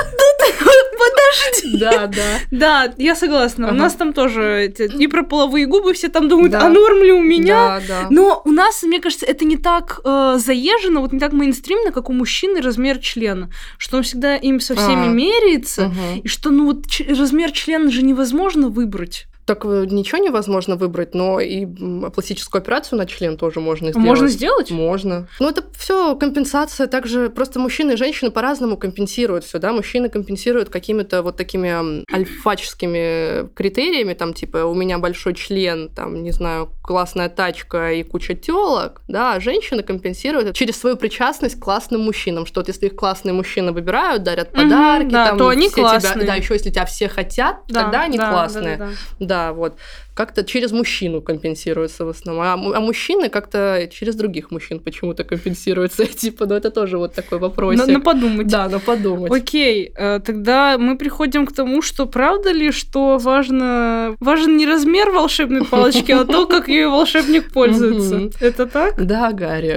подожди. Да, да. Да, я согласна. У нас там тоже и про половые губы все там думают, а норм ли у меня? Да, да. Но у нас, мне кажется, это не так заезжено, вот не так мейнстримно, как у мужчины размер члена, что он всегда им со всеми а, меряется, угу. и что, ну, вот ч- размер члена же невозможно выбрать. Так ничего невозможно выбрать, но и пластическую операцию на член тоже можно сделать. Можно сделать? Можно. Ну, это все компенсация. Также просто мужчины и женщины по-разному компенсируют все, да. Мужчины компенсируют какими-то вот такими альфаческими критериями, там, типа, у меня большой член, там, не знаю, классная тачка и куча тёлок, да, а женщины компенсируют через свою причастность к классным мужчинам, что вот если их классные мужчины выбирают, дарят подарки, mm-hmm, да, там, то они все классные. Тебя, да, еще если тебя все хотят, да, тогда они да, классные. Да, да, да. Да, вот. Как-то через мужчину компенсируется в основном. А, а мужчины как-то через других мужчин почему-то компенсируются. Типа, ну это тоже вот такой вопросик. На, на подумать. Да, на подумать. Окей, тогда мы приходим к тому, что правда ли, что важно... важен не размер волшебной палочки, а то, как ее волшебник пользуется. Это так? Да, Гарри.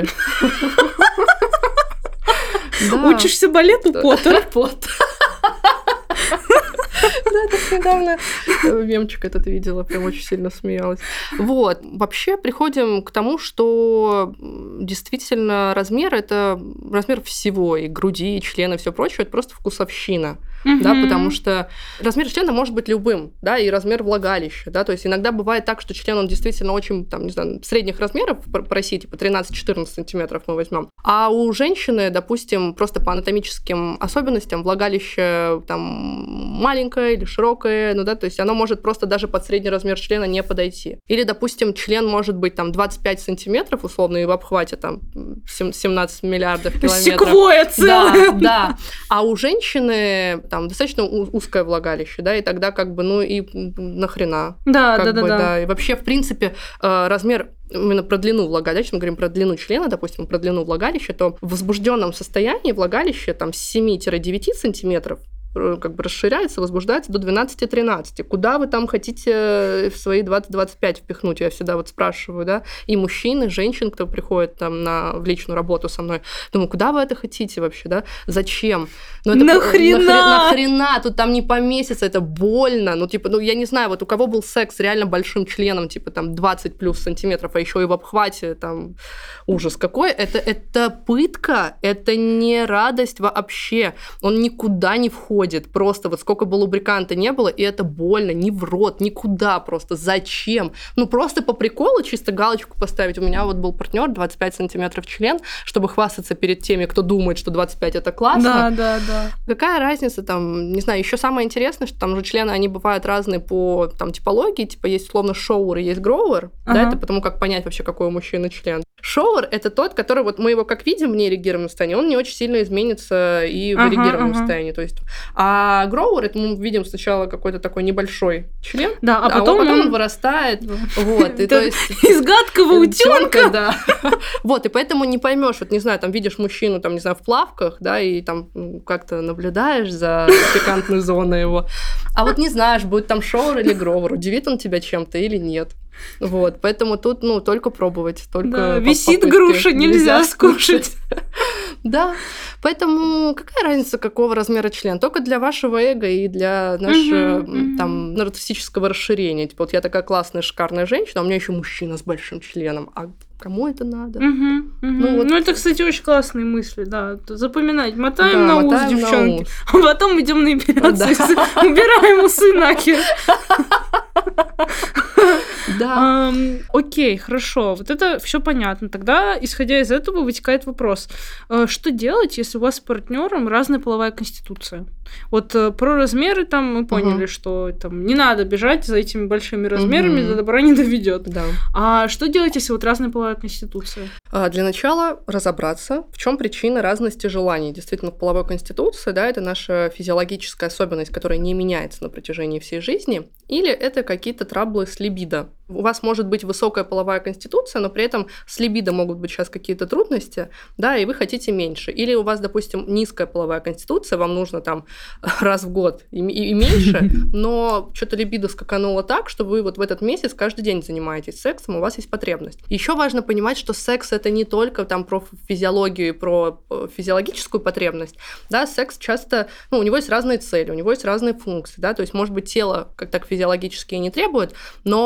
Учишься балету, Поттер? Поттер. Да, так недавно мемчик этот видела, прям очень сильно смеялась. Вот. Вообще приходим к тому, что действительно размер – это размер всего, и груди, и члена, и все прочее, это просто вкусовщина. Mm-hmm. Да, потому что размер члена может быть любым, да, и размер влагалища, да, то есть иногда бывает так, что член, он действительно очень, там, не знаю, средних размеров по России, типа тринадцать-четырнадцать сантиметров мы возьмем, а у женщины, допустим, просто по анатомическим особенностям влагалище там маленькое или широкое, ну да, то есть оно может просто даже под средний размер члена не подойти. Или, допустим, член может быть там двадцать пять сантиметров, условно, и в обхвате там семнадцать миллиардов километров. Секвойя целая! Да, да. А у женщины там достаточно узкое влагалище, да, и тогда как бы, ну и нахрена. Да, как да, бы, да, да. И вообще, в принципе, размер именно про длину влагалища, мы говорим про длину члена, допустим, про длину влагалища, то в возбужденном состоянии влагалище там с семи-девяти сантиметров как бы расширяется, возбуждается до двенадцати-тринадцати. Куда вы там хотите в свои двадцать-двадцать пять впихнуть? Я всегда вот спрашиваю, да, и мужчин, и женщин, кто приходит там на, в личную работу со мной. Думаю, куда вы это хотите вообще, да? Зачем? Ну, это нахрена? Нахрена? Нахрена? Тут там не поместится, это больно. Ну, типа, ну, я не знаю, вот у кого был секс с реально большим членом, типа, там, двадцать плюс сантиметров, а еще и в обхвате, там, ужас какой. Это, это пытка, это не радость вообще. Он никуда не входит. Просто вот сколько бы лубриканта не было, и это больно, ни в рот, никуда просто. Зачем? Ну, просто по приколу чисто галочку поставить. У меня вот был партнер двадцать пять сантиметров член, чтобы хвастаться перед теми, кто думает, что двадцать пять это классно. Да, да, да. Какая разница там, не знаю, еще самое интересное, что там же члены, они бывают разные по там типологии, типа есть условно шоуэр и есть гроуэр, ага. Да, это потому как понять вообще, какой у мужчины член. Шоуэр – это тот, который вот мы его как видим в неэрегированном состоянии, он не очень сильно изменится и в ага, эрегированном ага. состоянии. То есть, а гроуэр – это мы видим сначала какой-то такой небольшой член, да, а, а потом, потом он... он вырастает. Вот, и то есть из гадкого утёнка. Да. Вот, и поэтому не поймешь, вот не знаю, там видишь мужчину, там, не знаю, в плавках, да, и там как-то наблюдаешь за пикантной зоной его, а вот не знаешь, будет там шоуэр или гроуэр, удивит он тебя чем-то или нет. Вот, поэтому тут, ну, только пробовать, только да, висит груша, нельзя скушать. Да, поэтому какая разница, какого размера член? Только для вашего эго и для нашего uh-huh, uh-huh. там нарциссического расширения. Типа, вот я такая классная, шикарная женщина, а у меня еще мужчина с большим членом. А кому это надо? Uh-huh, uh-huh. Ну, вот. Ну, это, кстати, очень классные мысли, да. Запоминать. Мотаем да, на мотаем ус, девчонки. На ус. А потом идем на эпиляцию. Да. Убираем усы нахер. Да. Um, окей, хорошо. Вот это все понятно. Тогда, исходя из этого, вытекает вопрос. Что делать, если у вас с партнером разная половая конституция? Вот про размеры там мы поняли, uh-huh. что там не надо бежать за этими большими размерами, uh-huh. до добра не доведет. Да. А что делать, если вот разная половая конституция? А, для начала разобраться, в чем причина разности желаний. Действительно, половой конституции, да, это наша физиологическая особенность, которая не меняется на протяжении всей жизни, или это какие-то траблы с либидо. У вас может быть высокая половая конституция, но при этом с либидо могут быть сейчас какие-то трудности, да, и вы хотите меньше. Или у вас, допустим, низкая половая конституция, вам нужно там раз в год и, и, и меньше, но что-то либидо скакануло так, что вы вот в этот месяц каждый день занимаетесь сексом, у вас есть потребность. Еще важно понимать, что секс — это не только там про физиологию и про физиологическую потребность, да, секс часто, ну, у него есть разные цели, у него есть разные функции, да, то есть, может быть, тело как так физиологически и не требует, но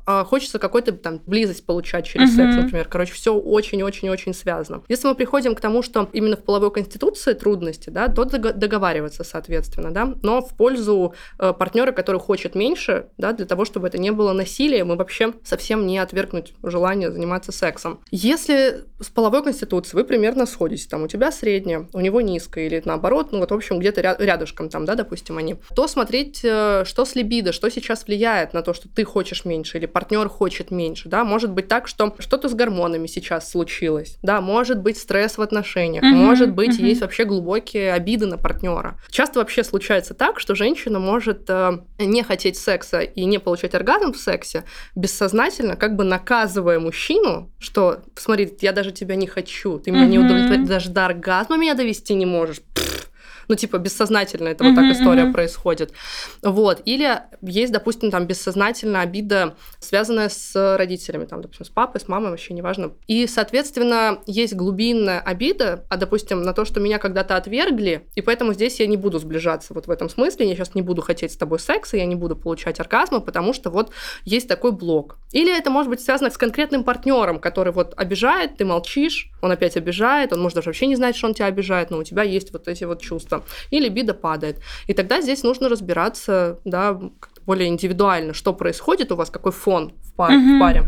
а хочется какой-то там близость получать через Мгм. секс, например. Короче, все очень-очень-очень связано. Если мы приходим к тому, что именно в половой конституции трудности, да, то дог- договариваться, соответственно, да, но в пользу э, партнера, который хочет меньше, да, для того, чтобы это не было насилием и вообще совсем не отвергнуть желание заниматься сексом. Если с половой конституцией вы примерно сходитесь, там у тебя средняя, у него низкая, или наоборот, ну вот, в общем, где-то ря- рядышком там, да, допустим, они, то смотреть, э, что с либидо, что сейчас влияет на то, что ты хочешь меньше или партнер хочет меньше, да, может быть так, что что-то с гормонами сейчас случилось, да, может быть стресс в отношениях, Мгм, может быть мгм. есть вообще глубокие обиды на партнера. Часто вообще случается так, что женщина может э, не хотеть секса и не получать оргазм в сексе бессознательно, как бы наказывая мужчину, что, смотри, я даже тебя не хочу, ты меня не Мгм. удовлетворяешь, даже до оргазма меня довести не можешь. Пфф. Ну, типа, бессознательно это вот так Мгм, история мгм. происходит. Вот. Или есть, допустим, там бессознательная обида, связанная с родителями, там, допустим, с папой, с мамой, вообще неважно. И, соответственно, есть глубинная обида, а, допустим, на то, что меня когда-то отвергли, и поэтому здесь я не буду сближаться вот в этом смысле, я сейчас не буду хотеть с тобой секса, я не буду получать оргазма, потому что вот есть такой блок. Или это может быть связано с конкретным партнером, который вот обижает, ты молчишь, он опять обижает, он может даже вообще не знать, что он тебя обижает, но у тебя есть вот эти вот чувства. И либидо падает. И тогда здесь нужно разбираться, да, как-то более индивидуально, что происходит у вас, какой фон в паре, Мгм. в паре,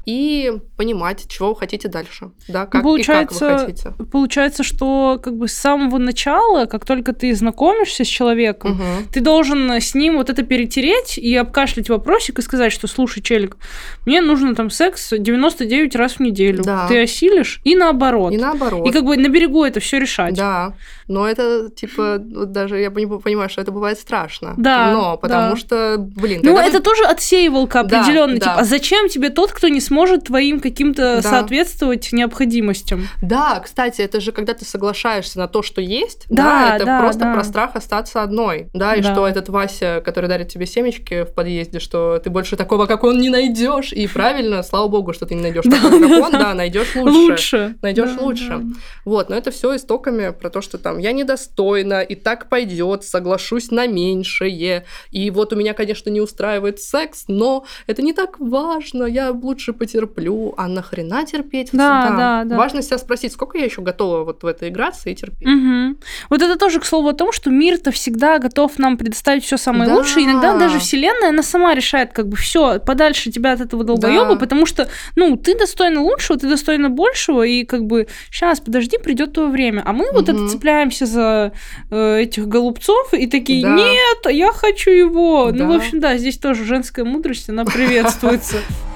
и понимать, чего вы хотите дальше, да, как, Ну, и как вы получается, хотите. получается, что как бы с самого начала, как только ты знакомишься с человеком, Мгм. ты должен с ним вот это перетереть и обкашлять вопросик и сказать, что слушай, челик, мне нужно там секс девяносто девять раз в неделю. Да. Ты осилишь? И наоборот. И наоборот. И как бы на берегу это все решать. Да, но это, типа, вот даже я бы не понимаю, что это бывает страшно. Да, Но потому да. что, блин, Ну, когда это вы- тоже отсеивалка Да, определенно. да. Типа, а зачем тебе тот, кто не сможет твоим каким-то Да. соответствовать необходимостям? Да, кстати, это же когда ты соглашаешься на то, что есть, Да, да, это да, просто да. про страх остаться одной, да, и Да. что этот Вася, который дарит тебе семечки в подъезде, что ты больше такого, как он, не найдешь, и правильно, слава богу, что ты не найдешь такого, как он, да, найдешь лучше. Лучше. Найдешь Да, лучше. да. Вот, но это все истоками про то, что там я недостойна, и так пойдет, соглашусь на меньшее. И вот у меня, конечно, не устраивает секс, но это не так важно, я лучше потерплю. А нахрена терпеть? Да, да, да. Важно себя спросить, сколько я еще готова вот в это играться и терпеть. Мгм. Вот это тоже, к слову, о том, что мир-то всегда готов нам предоставить все самое Да. лучшее. Иногда даже Вселенная, она сама решает, как бы, все, подальше тебя от этого долбоеба, Да. потому что, ну, ты достойна лучшего, ты достойна большего, и как бы сейчас, подожди, придет твое время. А мы вот Мгм. это цепляемся за э, этих голубцов и такие, Да. нет, я хочу его. Да. Ну, в общем, да, здесь тоже женская мудрость, она приветствуется.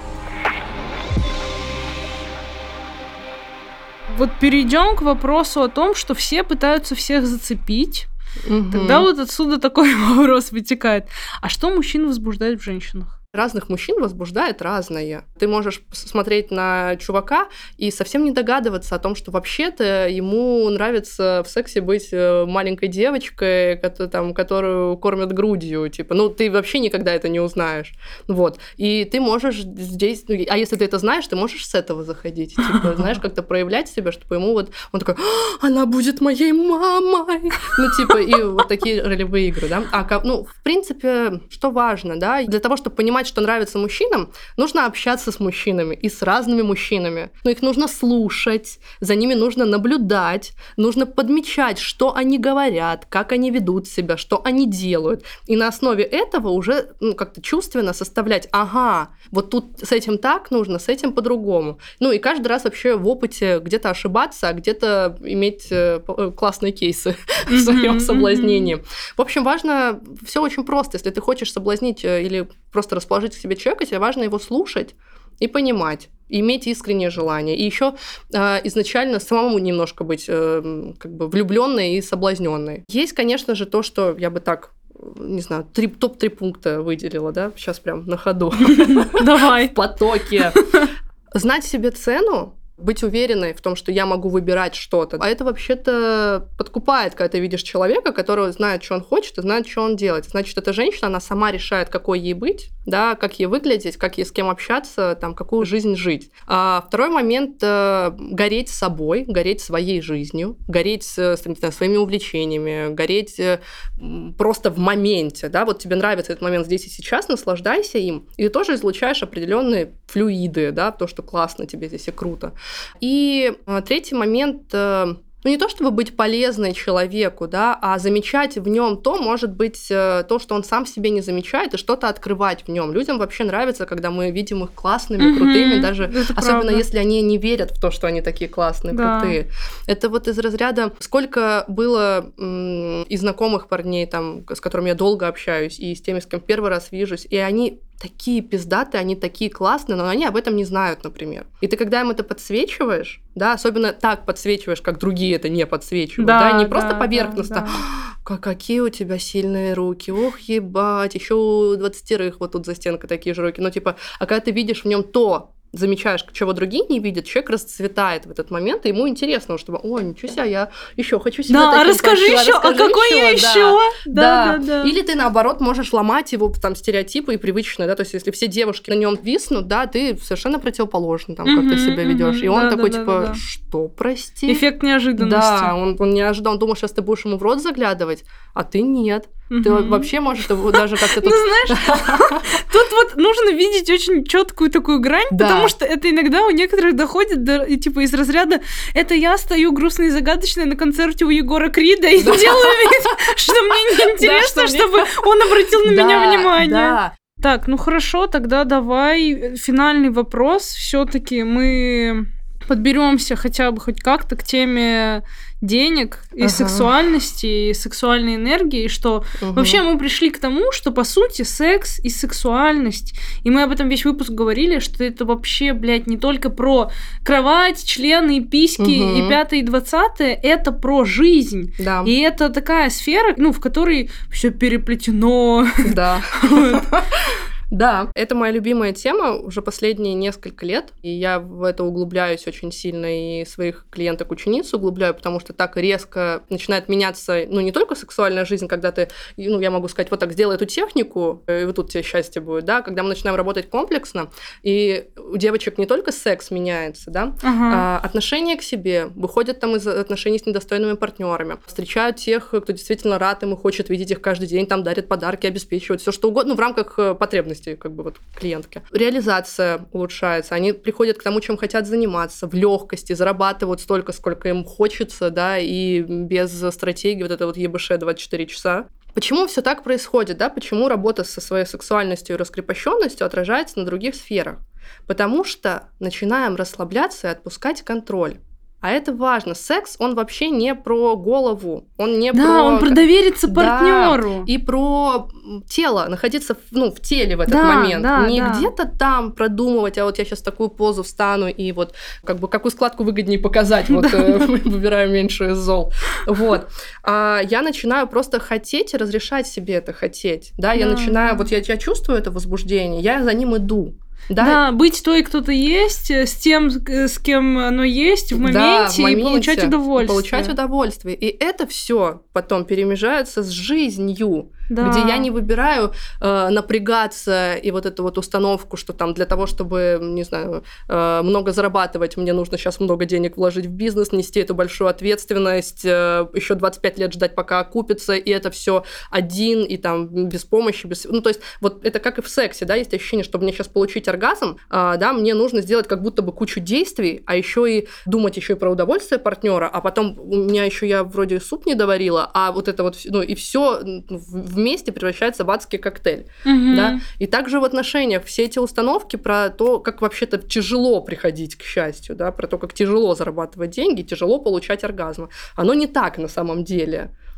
Вот перейдем к вопросу о том, что все пытаются всех зацепить. Мгм. Тогда вот отсюда такой вопрос вытекает. А что мужчин возбуждает в женщинах? Разных мужчин возбуждает разное. Ты можешь с- смотреть на чувака и совсем не догадываться о том, что вообще-то ему нравится в сексе быть э, маленькой девочкой, кото- там, которую кормят грудью. Типа, ну, ты вообще никогда это не узнаешь. Вот. И ты можешь здесь... ну, а если ты это знаешь, ты можешь с этого заходить. Типа, знаешь, как-то проявлять себя, чтобы ему вот... Он такой, «А, она будет моей мамой! Ну, типа, и вот такие ролевые игры, да? А, ко- ну, в принципе, что важно, да? Для того, чтобы понимать, что нравится мужчинам, нужно общаться с мужчинами и с разными мужчинами. Но их нужно слушать, за ними нужно наблюдать, нужно подмечать, что они говорят, как они ведут себя, что они делают. И на основе этого уже ну, как-то чувственно составлять, ага, вот тут с этим так нужно, с этим по-другому. Ну и каждый раз вообще в опыте где-то ошибаться, а где-то иметь э, п- классные кейсы в своем Мгм, соблазнении. В общем, важно, все очень просто. Если ты хочешь соблазнить э, или просто расположить к себе человека, тебе важно его слушать и понимать, и иметь искреннее желание. И еще э, изначально самому немножко быть э, как бы влюбленной и соблазненной. Есть, конечно же, то, что я бы так не знаю, три, топ-три пункта выделила, да, сейчас прям на ходу. Давай. В потоке. Знать себе цену быть уверенной в том, что я могу выбирать что-то. А это вообще-то подкупает, когда ты видишь человека, который знает, что он хочет, и знает, что он делает. Значит, эта женщина, она сама решает, какой ей быть, да, как ей выглядеть, как ей с кем общаться, там, какую жизнь жить. А второй момент э, — гореть собой, гореть своей жизнью, гореть э, своими увлечениями, гореть э, просто в моменте, да, вот тебе нравится этот момент здесь и сейчас, наслаждайся им, и ты тоже излучаешь определенные флюиды, да, то, что классно тебе здесь и круто. И э, третий момент, э, ну не то чтобы быть полезной человеку, да, а замечать в нем то, может быть, э, то, что он сам себе не замечает, и что-то открывать в нем. Людям вообще нравится, когда мы видим их классными, mm-hmm. крутыми, даже это особенно правда. Если они не верят в то, что они такие классные, да. крутые. Это вот из разряда, сколько было м- и знакомых парней, там, с которыми я долго общаюсь, и с теми, с кем первый раз вижусь, и они такие пиздатые, они такие классные, но они об этом не знают, например. И ты, когда им это подсвечиваешь, да, особенно так подсвечиваешь, как другие это не подсвечивают, да, да не просто да, поверхностно, да, да. какие у тебя сильные руки, ух, ебать, еще у двадцатерых вот тут за стенкой такие же руки, ну, типа, а когда ты видишь в нем то, замечаешь, чего другие не видят, человек расцветает в этот момент, и ему интересно, чтобы, о, ничего себе, я еще хочу себе да, таким расскажи пойти, еще, а какой я еще? Да. Да, да, да. Или ты, наоборот, можешь ломать его там стереотипы и привычные, да, то есть если все девушки на нем виснут, да, ты совершенно противоположно там, как ты себя ведешь, и он да, такой, да, типа, да, да. что, прости? Эффект неожиданности. Да, он, он не ожидал, он думал, сейчас ты будешь ему в рот заглядывать, а ты нет. Ты Угу. вообще, может, его даже как-то тут... Ну, знаешь, тут вот нужно видеть очень четкую такую грань, потому что это иногда у некоторых доходит до, типа, из разряда «это я стою грустной и загадочной на концерте у Егора Крида и делаю вид, что мне неинтересно, чтобы он обратил на меня внимание». Так, ну хорошо, тогда давай финальный вопрос. Все-таки мы подберемся хотя бы хоть как-то к теме денег и ага. сексуальности, и сексуальной энергии, что угу. вообще мы пришли к тому, что, по сути, секс и сексуальность, и мы об этом весь выпуск говорили, что это вообще, блядь, не только про кровать, члены, письки угу. и пятое, и двадцатое, это про жизнь. Да. И это такая сфера, ну, в которой все переплетено. Да. Да, это моя любимая тема уже последние несколько лет, и я в это углубляюсь очень сильно, и своих клиенток-учениц углубляю, потому что так резко начинает меняться, ну, не только сексуальная жизнь, когда ты, ну, я могу сказать, вот так, сделай эту технику, и вот тут тебе счастье будет, да, когда мы начинаем работать комплексно, и у девочек не только секс меняется, да, ага. а отношение к себе, выходят там из отношений с недостойными партнерами, встречают тех, кто действительно рад им и хочет видеть их каждый день, там дарят подарки, обеспечивают все что угодно, ну, в рамках потребностей, как бы вот клиентки. Реализация улучшается, они приходят к тому, чем хотят заниматься, в легкости, зарабатывают столько, сколько им хочется, да, и без стратегии вот это вот ЕБШ двадцать четыре часа. Почему все так происходит, да? Почему работа со своей сексуальностью и раскрепощенностью отражается на других сферах? Потому что начинаем расслабляться и отпускать контроль. А это важно. Секс, он вообще не про голову, он не да, про... Да, он про довериться партнеру. Да, и про тело, находиться ну, в теле в этот да, момент. Да, не да. где-то там продумывать, а вот я сейчас такую позу встану и вот как бы какую складку выгоднее показать, вот выбираю меньшую из зол. Вот. А я начинаю просто хотеть и разрешать себе это хотеть. Да, я начинаю, вот я чувствую это возбуждение, я за ним иду. Да? да, быть той, кто ты есть, с тем, с кем оно есть в моменте, да, в моменте и получать удовольствие. Получать удовольствие. И это все потом перемежается с жизнью, да. где я не выбираю э, напрягаться и вот эту вот установку, что там для того, чтобы, не знаю, э, много зарабатывать, мне нужно сейчас много денег вложить в бизнес, нести эту большую ответственность, э, еще двадцать пять лет ждать, пока окупится, и это все один, и там без помощи, без... Ну, то есть вот это как и в сексе, да, есть ощущение, чтобы мне сейчас получить оргазм, э, да, мне нужно сделать как будто бы кучу действий, а еще и думать еще и про удовольствие партнера, а потом у меня еще я вроде суп не доварила, а вот это вот, ну, и все вместе превращается в адский коктейль. Mm-hmm. Да? И также в отношениях все эти установки про то, как вообще-то тяжело приходить к счастью, да? Про то, как тяжело зарабатывать деньги, тяжело получать оргазмы. Оно не так на самом деле.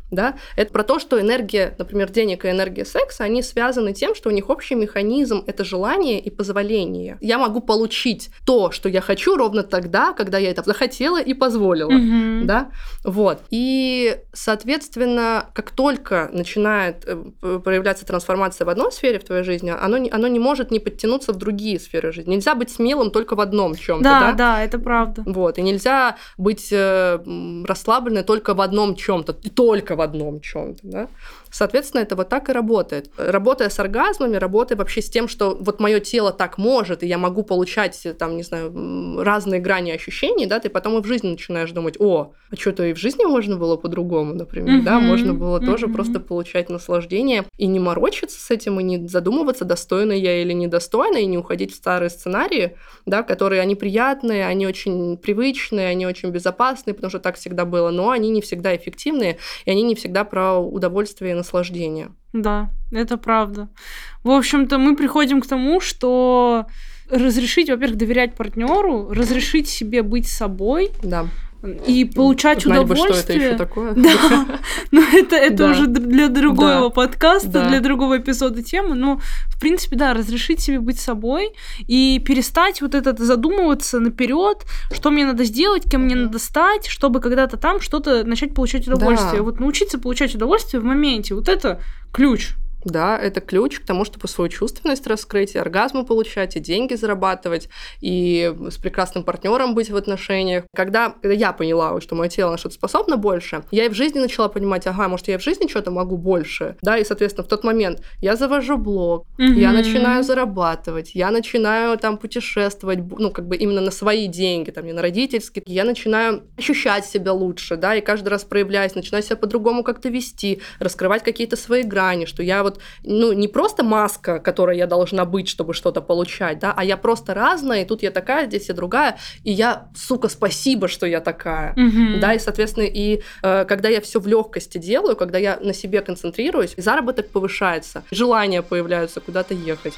Да? Это про то, что энергия, например, денег и энергия секса, они связаны тем, что у них общий механизм — это желание и позволение. Я могу получить то, что я хочу, ровно тогда, когда я это захотела и позволила. Мгм. Да? Вот. И, соответственно, как только начинает э, проявляться трансформация в одной сфере в твоей жизни, оно не, оно не может не подтянуться в другие сферы жизни. Нельзя быть смелым только в одном чем-то. Да, Да, да, это правда. Вот. И нельзя быть э, м, расслабленной только в одном чем-то, только в одном чем-то, да? Соответственно, это вот так и работает. Работая с оргазмами, работая вообще с тем, что вот мое тело так может, и я могу получать, там, не знаю, м, разные грани ощущений, да, ты потом и в жизни начинаешь думать: о, а что-то и в жизни можно было по-другому, например, да, Мгм, можно было тоже мгм. просто получать наслаждение и не морочиться с этим, и не задумываться, достойна я или недостойна, и не уходить в старые сценарии, да, которые, они приятные, они очень привычные, они очень безопасные, потому что так всегда было, но они не всегда эффективные, и они не всегда про удовольствие и наслаждение. Да, это правда. В общем-то, мы приходим к тому, что разрешить, во-первых, доверять партнеру, разрешить себе быть собой Да. и получать Знать бы, что это удовольствие. еще такое. Да, но это, это Да. уже д- для другого Да. подкаста, Да. для другого эпизода темы. Но, в принципе, да, разрешить себе быть собой и перестать вот это задумываться наперед, что мне надо сделать, кем мне Мгм. надо стать, чтобы когда-то там что-то начать получать удовольствие. Да. Вот научиться получать удовольствие в моменте. Вот это ключ. Да, это ключ к тому, чтобы свою чувственность раскрыть, и оргазмы получать, и деньги зарабатывать, и с прекрасным партнером быть в отношениях. Когда, когда я поняла, что мое тело на что-то способно больше, я и в жизни начала понимать: ага, может, я и в жизни что-то могу больше. Да, и, соответственно, в тот момент я завожу блог, я Мгм. начинаю зарабатывать, я начинаю там путешествовать, бу- ну, как бы именно на свои деньги, там, не на родительские. Я начинаю ощущать себя лучше, да, и каждый раз проявляюсь, начинаю себя по-другому как-то вести, раскрывать какие-то свои грани, что я вот, ну, не просто маска, которой я должна быть, чтобы что-то получать, да, а я просто разная, и тут я такая, здесь я другая, и я, сука, спасибо, что я такая. Мгм. Да, и, соответственно, и э, когда я все в легкости делаю, когда я на себе концентрируюсь, заработок повышается, желания появляются куда-то ехать.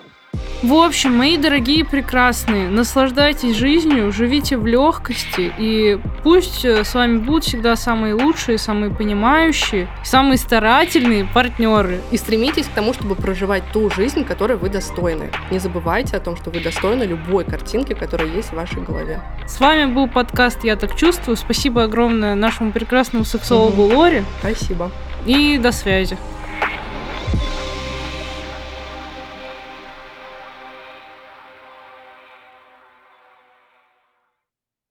В общем, мои дорогие прекрасные, наслаждайтесь жизнью, живите в легкости, и пусть э, с вами будут всегда самые лучшие, самые понимающие, самые старательные партнеры. И стремитесь к тому, чтобы проживать ту жизнь, которой вы достойны. Не забывайте о том, что вы достойны любой картинки, которая есть в вашей голове. С вами был подкаст «Я так чувствую». Спасибо огромное нашему прекрасному сексологу Лоре, Спасибо. и до связи.